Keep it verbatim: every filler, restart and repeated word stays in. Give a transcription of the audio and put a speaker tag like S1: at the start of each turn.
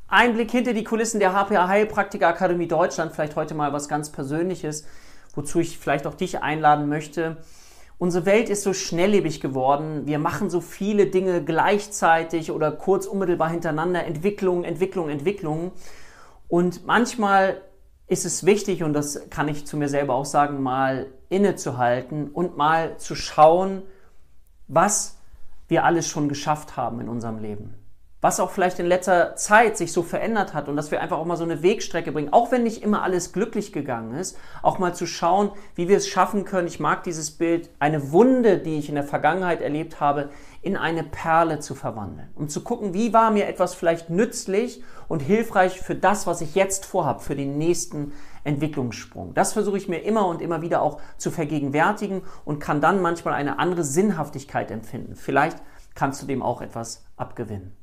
S1: Ein Blick hinter die Kulissen der H P A Heilpraktiker Akademie Deutschland, vielleicht heute mal was ganz Persönliches, wozu ich vielleicht auch dich einladen möchte. Unsere Welt ist so schnelllebig geworden, wir machen so viele Dinge gleichzeitig oder kurz unmittelbar hintereinander, Entwicklung, Entwicklung, Entwicklung. Und manchmal ist es wichtig, und das kann ich zu mir selber auch sagen, mal innezuhalten und mal zu schauen, was wir alles schon geschafft haben in unserem Leben. Was auch vielleicht in letzter Zeit sich so verändert hat und dass wir einfach auch mal so eine Wegstrecke bringen, auch wenn nicht immer alles glücklich gegangen ist, auch mal zu schauen, wie wir es schaffen können. Ich mag dieses Bild, eine Wunde, die ich in der Vergangenheit erlebt habe, in eine Perle zu verwandeln. Um zu gucken, wie war mir etwas vielleicht nützlich und hilfreich für das, was ich jetzt vorhabe, für den nächsten Entwicklungssprung. Das versuche ich mir immer und immer wieder auch zu vergegenwärtigen und kann dann manchmal eine andere Sinnhaftigkeit empfinden. Vielleicht kannst du dem auch etwas abgewinnen.